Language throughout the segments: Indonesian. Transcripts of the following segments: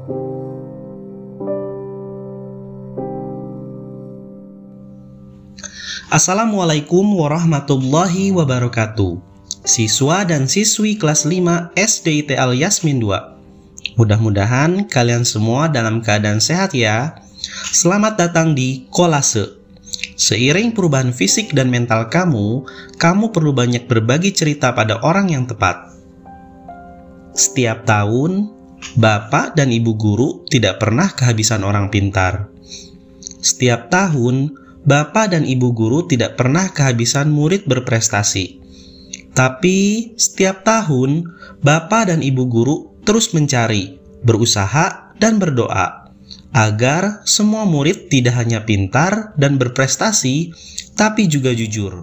Assalamualaikum warahmatullahi wabarakatuh. Siswa dan siswi kelas 5 SDIT Al Yasmin 2. Mudah-mudahan kalian semua dalam keadaan sehat ya. Selamat datang di Kolase. Seiring perubahan fisik dan mental kamu perlu banyak berbagi cerita pada orang yang tepat. Setiap tahun, Bapak dan Ibu guru tidak pernah kehabisan orang pintar. Setiap tahun, Bapak dan Ibu guru tidak pernah kehabisan murid berprestasi. Tapi, setiap tahun, Bapak dan Ibu guru terus mencari, berusaha, dan berdoa agar semua murid tidak hanya pintar dan berprestasi, tapi juga jujur.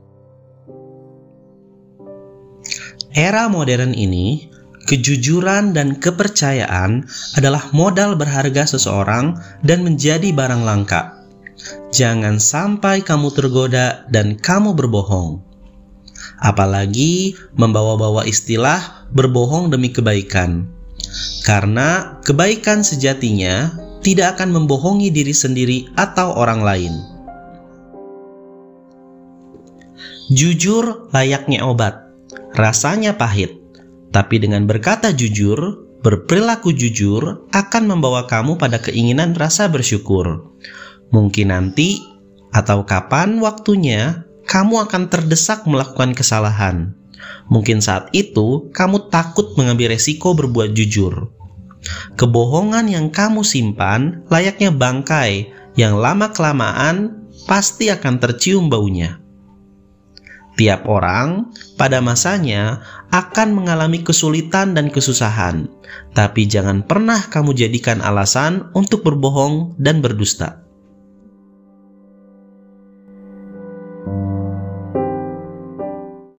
Era modern ini, kejujuran dan kepercayaan adalah modal berharga seseorang dan menjadi barang langka. Jangan sampai kamu tergoda dan kamu berbohong. Apalagi membawa-bawa istilah berbohong demi kebaikan. Karena kebaikan sejatinya tidak akan membohongi diri sendiri atau orang lain. Jujur layaknya obat. Rasanya pahit. Tapi dengan berkata jujur, berperilaku jujur akan membawa kamu pada keinginan rasa bersyukur. Mungkin nanti atau kapan waktunya kamu akan terdesak melakukan kesalahan. Mungkin saat itu kamu takut mengambil resiko berbuat jujur. Kebohongan yang kamu simpan layaknya bangkai yang lama-kelamaan pasti akan tercium baunya. Tiap orang pada masanya akan mengalami kesulitan dan kesusahan, tapi jangan pernah kamu jadikan alasan untuk berbohong dan berdusta.